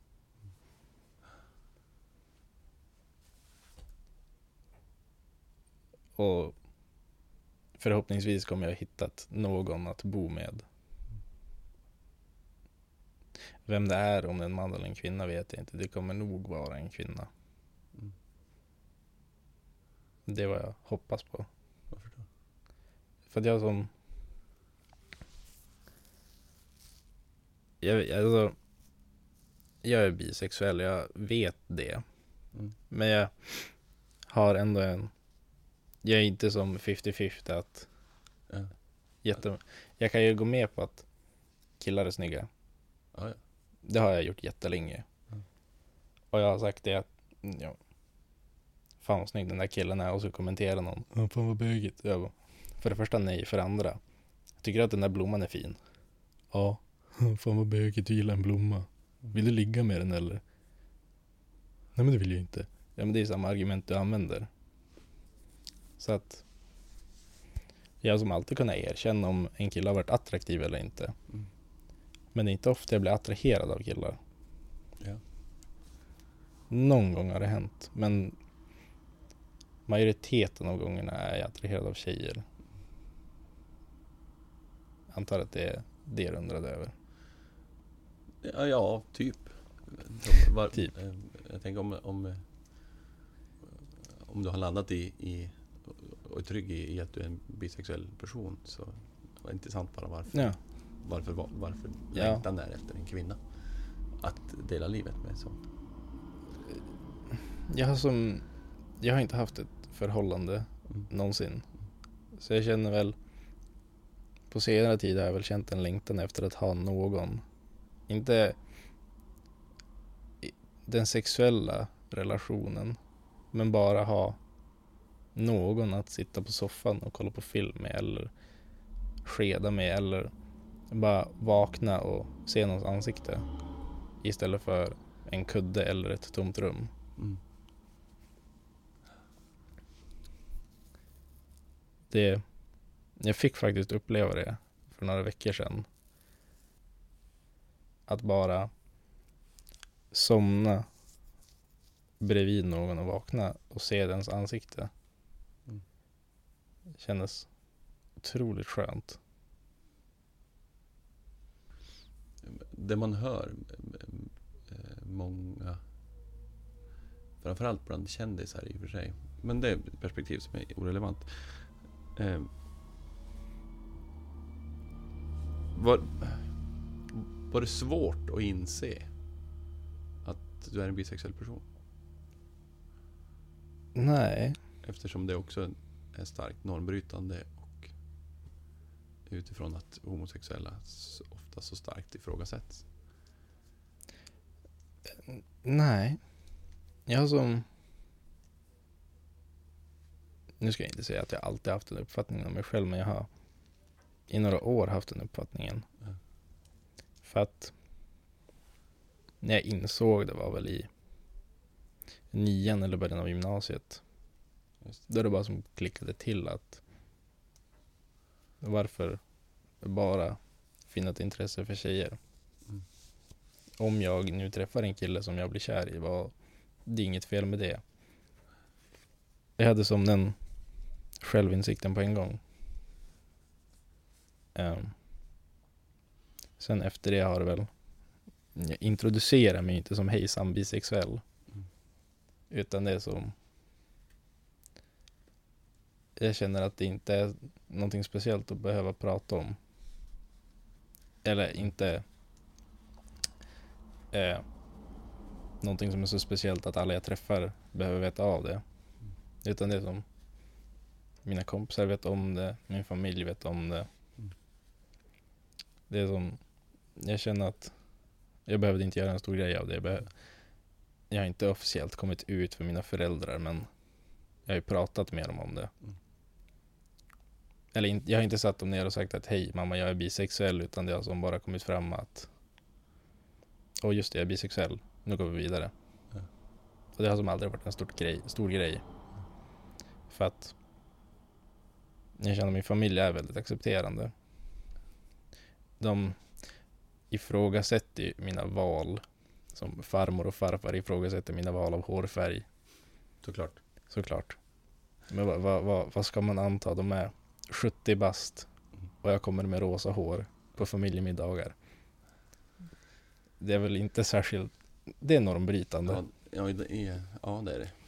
Speaker 4: Och förhoppningsvis kommer jag hittat någon att bo med. Vem det är, om det är en man eller en kvinna, vet jag inte. Det kommer nog vara en kvinna.
Speaker 3: Mm.
Speaker 4: Det är vad jag hoppas på.
Speaker 3: Varför då?
Speaker 4: För att jag som... Jag, alltså, jag är bisexuell, jag vet det.
Speaker 3: Mm.
Speaker 4: Men jag har ändå en... Jag är inte som femtio femtio att...
Speaker 3: Ja.
Speaker 4: Jätte, jag kan ju gå med på att killar är snygga.
Speaker 3: Ja, ja.
Speaker 4: Det har jag gjort jättelänge.
Speaker 3: Mm.
Speaker 4: Och jag har sagt det att... Ja, fan vad snygg den där killen är. Och så kommenterar någon. Ja, fan vad bögigt. Jag bara, för det första nej, för det andra. Jag tycker att den där blomman är fin. Ja, fan vad bögigt, du gillar en blomma. Vill du ligga med den eller? Nej, men det vill jag inte. Ja, men det är samma argument du använder. Så att jag som alltid kunna erkänna om en kille har varit attraktiv eller inte.
Speaker 3: Mm.
Speaker 4: Men det är inte ofta jag blir attraherad av killar.
Speaker 3: Ja.
Speaker 4: Någon gång har det hänt. Men majoriteten av gångerna är jag attraherad av tjejer. antar att det är det du undrade över.
Speaker 3: Ja, ja typ. De, var,
Speaker 4: Typ.
Speaker 3: eh, Jag tänker om, om, eh, om du har landat i, i och är trygg i, i att du är en bisexuell person, så var det intressant bara varför,
Speaker 4: Ja.
Speaker 3: varför, var- varför
Speaker 4: Ja.
Speaker 3: längtan är efter en kvinna att dela livet med. Så.
Speaker 4: Jag har som jag har inte haft ett förhållande
Speaker 3: Mm.
Speaker 4: någonsin. Så jag känner väl på senare tid har jag väl känt en längtan efter att ha någon. Inte i- den sexuella relationen, men bara ha någon att sitta på soffan och kolla på film med, eller skeda med, eller bara vakna och se någons ansikte istället för en kudde eller ett tomt rum.
Speaker 3: Mm.
Speaker 4: Det, jag fick faktiskt uppleva det för några veckor sedan. Att bara somna bredvid någon och vakna och se dens ansikte.
Speaker 3: Mm.
Speaker 4: Kändes otroligt skönt.
Speaker 3: Det man hör eh, många, framförallt bland kändisar i och för sig, men det är ett perspektiv som är orelevant. Eh, var, var det svårt att inse att du är en bisexuell person?
Speaker 4: Nej,
Speaker 3: Eftersom det också är starkt normbrytande och utifrån att homosexuella s- ofta så starkt ifrågasätts.
Speaker 4: nej. Jag har som... Nu ska jag inte säga att jag alltid haft en uppfattning om mig själv, men jag har i några år haft den uppfattningen.
Speaker 3: Ja.
Speaker 4: För att när jag insåg, det var väl i nian eller början av gymnasiet,
Speaker 3: Just
Speaker 4: då det bara som klickade till att varför bara finna ett intresse för tjejer.
Speaker 3: Mm.
Speaker 4: Om jag nu träffar en kille som jag blir kär i, var det är inget fel med det. Jag hade som den självinsikten på en gång. Um, sen efter det har det väl, jag introducerar mig inte som hejsan bisexuell.
Speaker 3: Mm.
Speaker 4: Utan det är som, jag känner att det inte är någonting speciellt att behöva prata om. Eller inte eh, någonting som är så speciellt att alla jag träffar behöver veta av det. Utan det är som, mina kompisar vet om det, min familj vet om det.
Speaker 3: Mm.
Speaker 4: Det är som, jag känner att jag behövde inte göra en stor grej av det. Jag, behöv, jag har inte officiellt kommit ut för mina föräldrar, men jag har ju pratat med dem om det.
Speaker 3: Mm.
Speaker 4: Eller in, jag har inte satt dem ner och sagt att hej mamma, jag är bisexuell, utan det har som bara kommit fram att åh just det, jag är bisexuell, nu går vi vidare.
Speaker 3: Ja.
Speaker 4: Och det har som aldrig varit en stor grej, stor grej. För att jag känner att min familj är väldigt accepterande. De ifrågasätter ju mina val, som farmor och farfar ifrågasätter mina val av hårfärg,
Speaker 3: Såklart.
Speaker 4: såklart. Men vad, vad, vad, vad ska man anta? De är sjuttio bast och jag kommer med rosa hår på familjemiddagar. Det är väl inte särskilt, det är normbrytande.
Speaker 3: Ja, ja, det är, ja, det är det.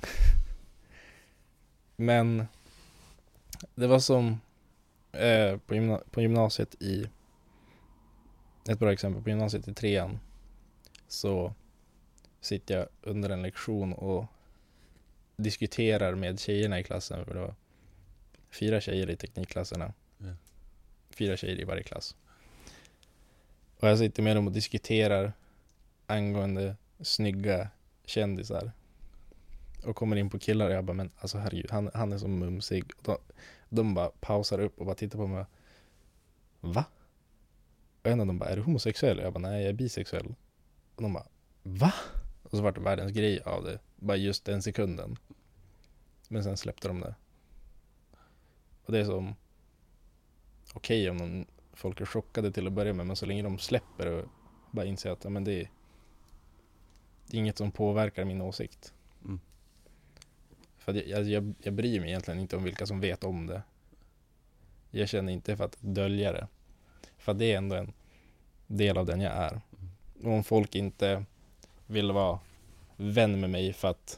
Speaker 4: Men det var som eh, på, gymna- på gymnasiet i, ett bra exempel, på gymnasiet i trean så sitter jag under en lektion och diskuterar med tjejerna i klassen, för det var fyra tjejer i teknikklasserna.
Speaker 3: Ja.
Speaker 4: Fyra tjejer i varje klass. Och jag sitter med dem och diskuterar angående snygga kändisar. Och kommer in på killar och jag bara, men alltså herregud, han, han är så mumsig. Och de, de bara pausar upp och bara tittar på mig. Va? Och en av dem bara, är du homosexuell? Och jag bara, nej jag är bisexuell. Och de bara, va? Och så var det världens grej av det. Bara just den sekunden. Men sen släppte de det. Och det är som, okej om någon, folk är chockade till att börja med, men så länge de släpper och bara inser att ja, men det, är, det är inget som påverkar min åsikt.
Speaker 3: Mm.
Speaker 4: För att jag, jag, jag bryr mig egentligen inte om vilka som vet om det. Jag känner inte för att dölja det. För att det är ändå en del av den jag är. Och om folk inte vill vara vän med mig för att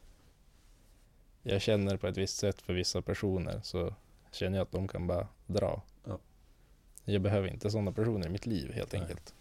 Speaker 4: jag känner på ett visst sätt för vissa personer, så känner jag att de kan bara dra.
Speaker 3: Ja.
Speaker 4: Jag behöver inte sådana personer i mitt liv helt
Speaker 3: Nej.
Speaker 4: enkelt.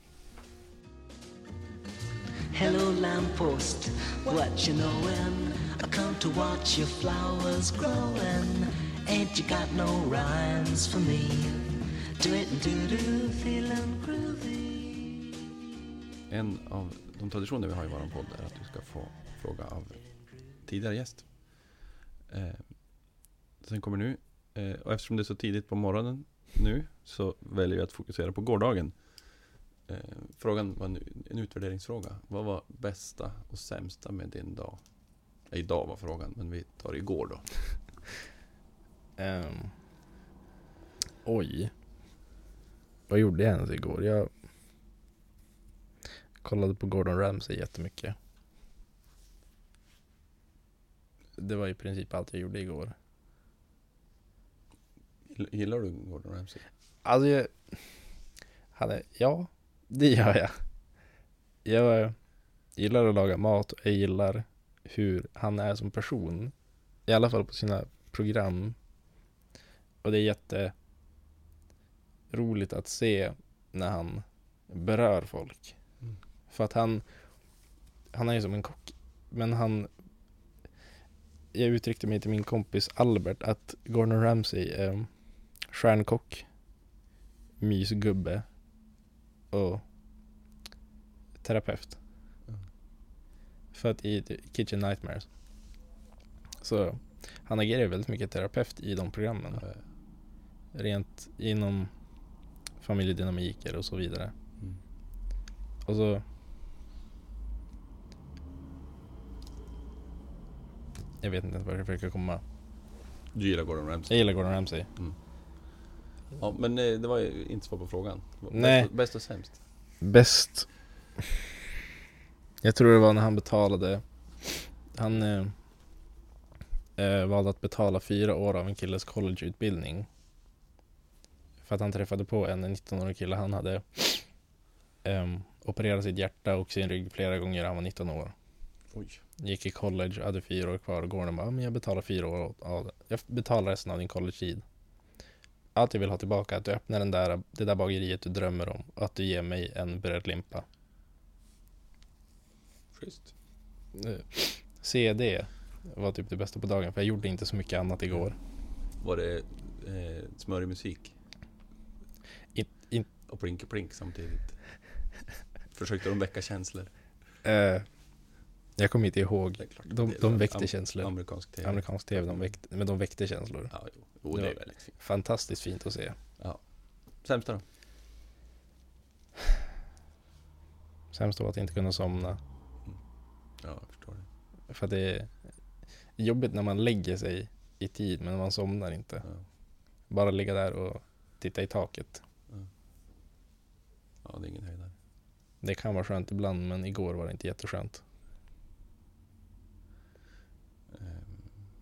Speaker 2: Hello lamppost, what you knowin'? I come to watch your flowers growin'. Ain't you got no rhymes for me? Do it and do do, feelin' groovy.
Speaker 3: En av de traditioner vi har i vår podd är att du ska få fråga av tidigare gäst. Eh, sen kommer nu, eh, och eftersom det är så tidigt på morgonen nu, så väljer jag att fokusera på gårdagen. Eh, frågan var en, en utvärderingsfråga. Vad var bästa och sämsta med din dag? Eh, idag var frågan, men vi tar det igår då.
Speaker 4: Um, oj. Vad gjorde jag ens igår? Jag kollade på Gordon Ramsay jättemycket. Det var i princip allt jag gjorde igår.
Speaker 3: Gillar du Gordon Ramsay?
Speaker 4: Alltså jag hade, ja, det gör jag. Jag gillar att laga mat och jag gillar hur han är som person. I alla fall på sina program. Och det är jätte roligt att se när han berör folk.
Speaker 3: Mm.
Speaker 4: För att han han är ju som en kock. Men han jag uttryckte mig till min kompis Albert att Gordon Ramsay är stjärnkock, mysgubbe och terapeut.
Speaker 3: Mm.
Speaker 4: För att i Kitchen Nightmares så han agerar väldigt mycket terapeut i de programmen.
Speaker 3: Ja, ja.
Speaker 4: Rent inom familjedynamiker och så vidare.
Speaker 3: Mm.
Speaker 4: Och så jag vet inte ens vad jag försöker komma.
Speaker 3: Du gillar Gordon Ramsay?
Speaker 4: Jag gillar Gordon Ramsay.
Speaker 3: Mm. Ja, men eh, det var ju inte svar på frågan.
Speaker 4: Nej.
Speaker 3: Bäst, bäst och sämst?
Speaker 4: Bäst. Jag tror det var när han betalade. Han eh, eh, valde att betala fyra år av en killes collegeutbildning. För att han träffade på en nittonårig kille. Han hade eh, opererat sitt hjärta och sin rygg flera gånger. Han var nitton år.
Speaker 3: Oj.
Speaker 4: Gick i college, hade fyra år kvar. Och Gordon bara, men jag betalar fyra år av det. Jag betalar resten av din college-tid. Allt jag vill ha tillbaka är att du öppnar den där, det där bageriet du drömmer om. Och att du ger mig en brödlimpa.
Speaker 3: Schysst.
Speaker 4: C D var typ det bästa på dagen. För jag gjorde inte så mycket annat igår.
Speaker 3: Var det eh, smörig musik?
Speaker 4: In, in,
Speaker 3: Och plink plink samtidigt. Försökte de väcka känslor?
Speaker 4: eh, jag kommer inte ihåg.
Speaker 3: Det är klart.
Speaker 4: De,
Speaker 3: Det är
Speaker 4: de väckte
Speaker 3: am-
Speaker 4: känslor.
Speaker 3: Amerikansk tv.
Speaker 4: Amerikansk tv, de väckte, men de väckte känslor.
Speaker 3: Ja, jo. Jo, det är väldigt fint.
Speaker 4: Fantastiskt fint att se.
Speaker 3: Sämsta då?
Speaker 4: Sämst var att inte kunna somna.
Speaker 3: Ja, jag förstår det.
Speaker 4: För att det är jobbigt när man lägger sig i tid, men man somnar inte.
Speaker 3: Ja.
Speaker 4: Bara ligga där och titta i taket.
Speaker 3: Ja, det är ingen höjdare.
Speaker 4: Det kan vara skönt ibland, men igår var det inte jätteskönt.
Speaker 3: Ehm.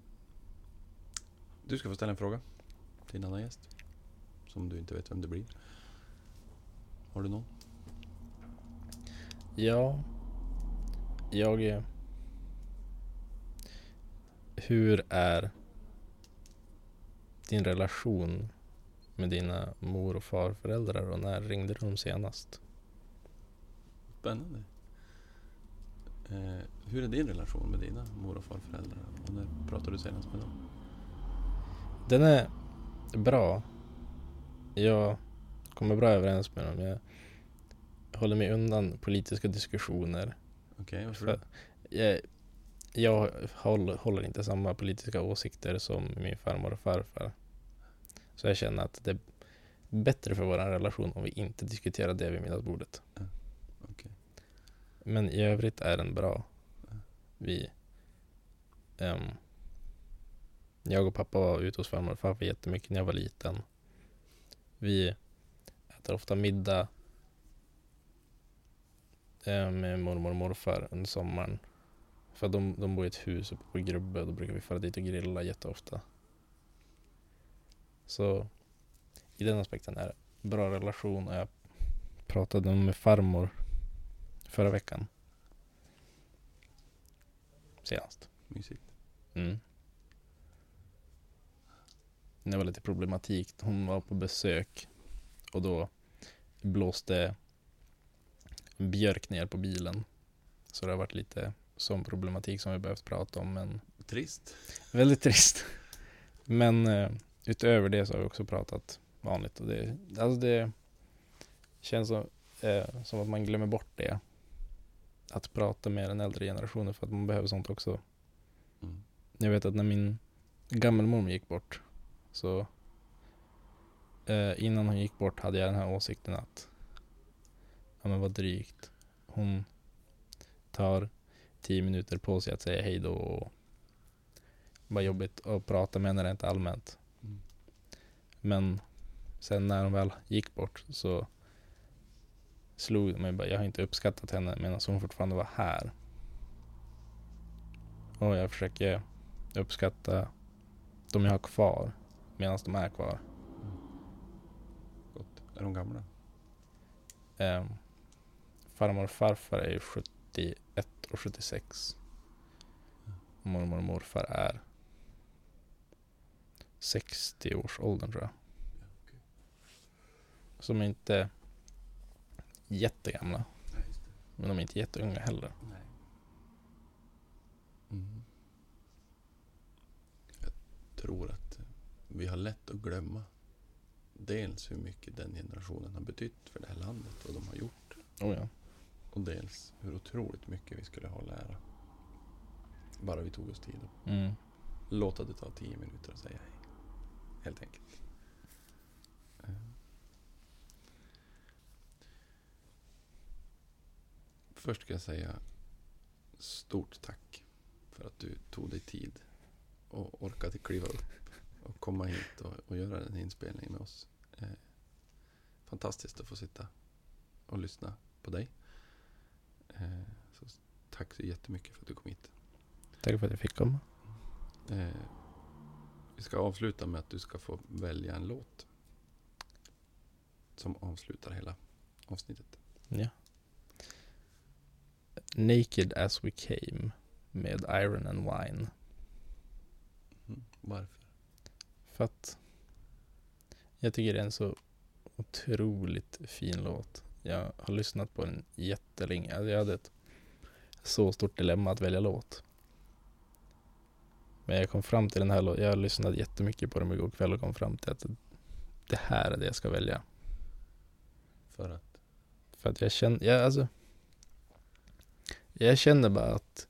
Speaker 3: Du ska få ställa en fråga till en annan gäst. Som du inte vet vem det blir. Har du någon?
Speaker 4: Ja, jag är... Hur är din relation med dina mor- och farföräldrar och när ringde de senast?
Speaker 3: Spännande. Eh, hur är din relation med dina mor- och farföräldrar? Och när pratade du senast med dem?
Speaker 4: Den är bra. Jag kommer bra överens med dem. Jag håller mig undan politiska diskussioner.
Speaker 3: Okej, okay, varför
Speaker 4: För
Speaker 3: det?
Speaker 4: jag, jag håller, håller inte samma politiska åsikter som min farmor och farfar. Så jag känner att det är bättre för vår relation om vi inte diskuterar det vid middagsbordet.
Speaker 3: Ja, okay.
Speaker 4: Men i övrigt är den bra. Vi um, jag och pappa var ute hos farmor och farfar jättemycket när jag var liten. Vi äter ofta middag um, med mormor och morfar under sommaren. För de, de bor i ett hus uppe på Grubbe och då brukar vi fara dit och grilla jätteofta. Så i den aspekten är det bra relation och jag pratade med farmor förra veckan. Senast.
Speaker 3: Mysigt.
Speaker 4: Mm. Det var lite problematik. Hon var på besök och då blåste en björk ner på bilen. Så det har varit lite sån problematik som vi behövt prata om. Men
Speaker 3: Trist.
Speaker 4: väldigt trist. Men eh, utöver det så har vi också pratat vanligt. Och det, alltså det känns som, eh, som att man glömmer bort det. Att prata med den äldre generationen för att man behöver sånt också.
Speaker 3: Mm.
Speaker 4: Jag vet att när min gammelmor gick bort så eh, innan hon gick bort hade jag den här åsikten att ja men vad drygt. Hon tar tio minuter på sig att säga hej då och bara jobbigt att prata med henne rent allmänt.
Speaker 3: Mm.
Speaker 4: Men sen när hon väl gick bort så slog det mig bara, jag har inte uppskattat henne medan hon fortfarande var här. Och jag försöker uppskatta de jag har kvar medan de är kvar.
Speaker 3: Gott. Är de gamla?
Speaker 4: Eh, farmor och farfar är ju sjuttioett och sjuttiosex. Mormor och morfar är sextio års åldern tror jag.
Speaker 3: Ja, okay.
Speaker 4: Som är inte jättegamla.
Speaker 3: Nej, just det.
Speaker 4: Men de är inte jätteunga heller.
Speaker 3: Nej. Mm. Jag tror att vi har lätt att glömma dels hur mycket den generationen har betytt för det här landet och de har gjort.
Speaker 4: Oh ja.
Speaker 3: Och dels hur otroligt mycket vi skulle ha att lära. Bara vi tog oss tid och
Speaker 4: Mm.
Speaker 3: låta det ta tio minuter att säga hej. Helt enkelt. Först ska jag säga stort tack för att du tog dig tid och orkade kliva upp och komma hit och, och göra den inspelningen med oss. Eh, fantastiskt att få sitta och lyssna på dig. Eh, så tack så jättemycket för att du kom hit.
Speaker 4: Tack för att jag fick komma.
Speaker 3: Eh, vi ska avsluta med att du ska få välja en låt som avslutar hela avsnittet.
Speaker 4: Ja. Naked as we came med Iron and Wine.
Speaker 3: Mm. Varför?
Speaker 4: För att jag tycker det är en så otroligt fin låt. Jag har lyssnat på den jättelänge. Alltså jag hade ett så stort dilemma att välja låt. Men jag kom fram till den här låten. Jag lyssnade jättemycket på den igår kväll och kom fram till att det här är det jag ska välja.
Speaker 3: För att?
Speaker 4: För att jag känner, jag, alltså, jag känner bara att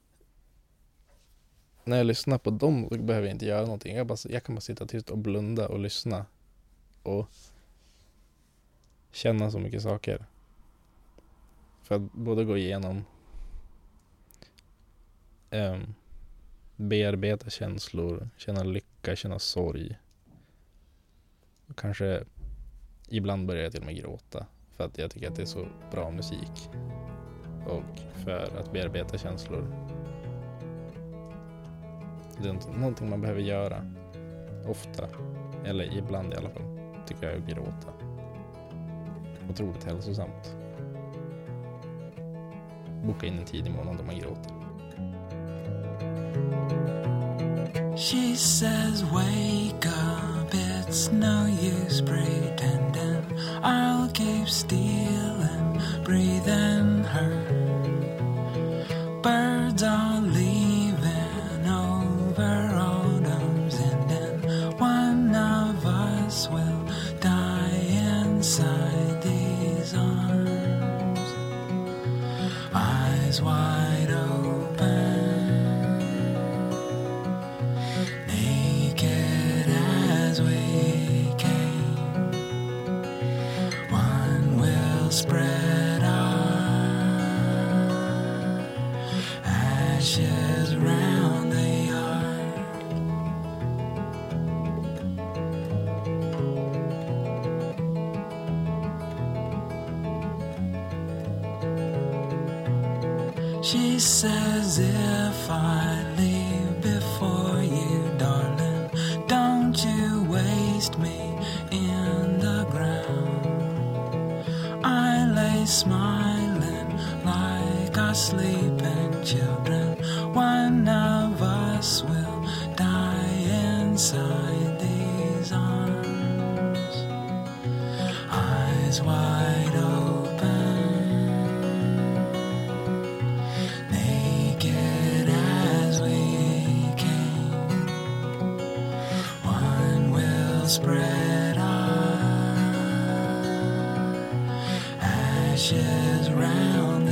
Speaker 4: när jag lyssnar på dem så behöver jag inte göra någonting. Jag, bara, jag kan bara sitta tyst och blunda och lyssna och känna så mycket saker. För att både gå igenom um, bearbeta känslor, känna lycka, känna sorg. Och kanske ibland börjar jag till och med gråta för att jag tycker att det är så bra musik. Och för att bearbeta känslor. Det är någonting man behöver göra ofta, eller ibland i alla fall, tycker jag, att gråta. Otroligt hälsosamt. Boka in en tid i månaden då man gråter.
Speaker 2: She says, wake up, it's no use pretending. I'll keep stealing, breathing her. Birds are leaving over autumn's ending. One of us will die inside these arms. Eyes wide open. Spread our ashes round the yard. She says if I leave before you, darling, don't you waste me in the ground.
Speaker 5: always smiling like our sleeping children. One of us will die inside these arms, eyes wide open, naked as we came. One will spread our ashes round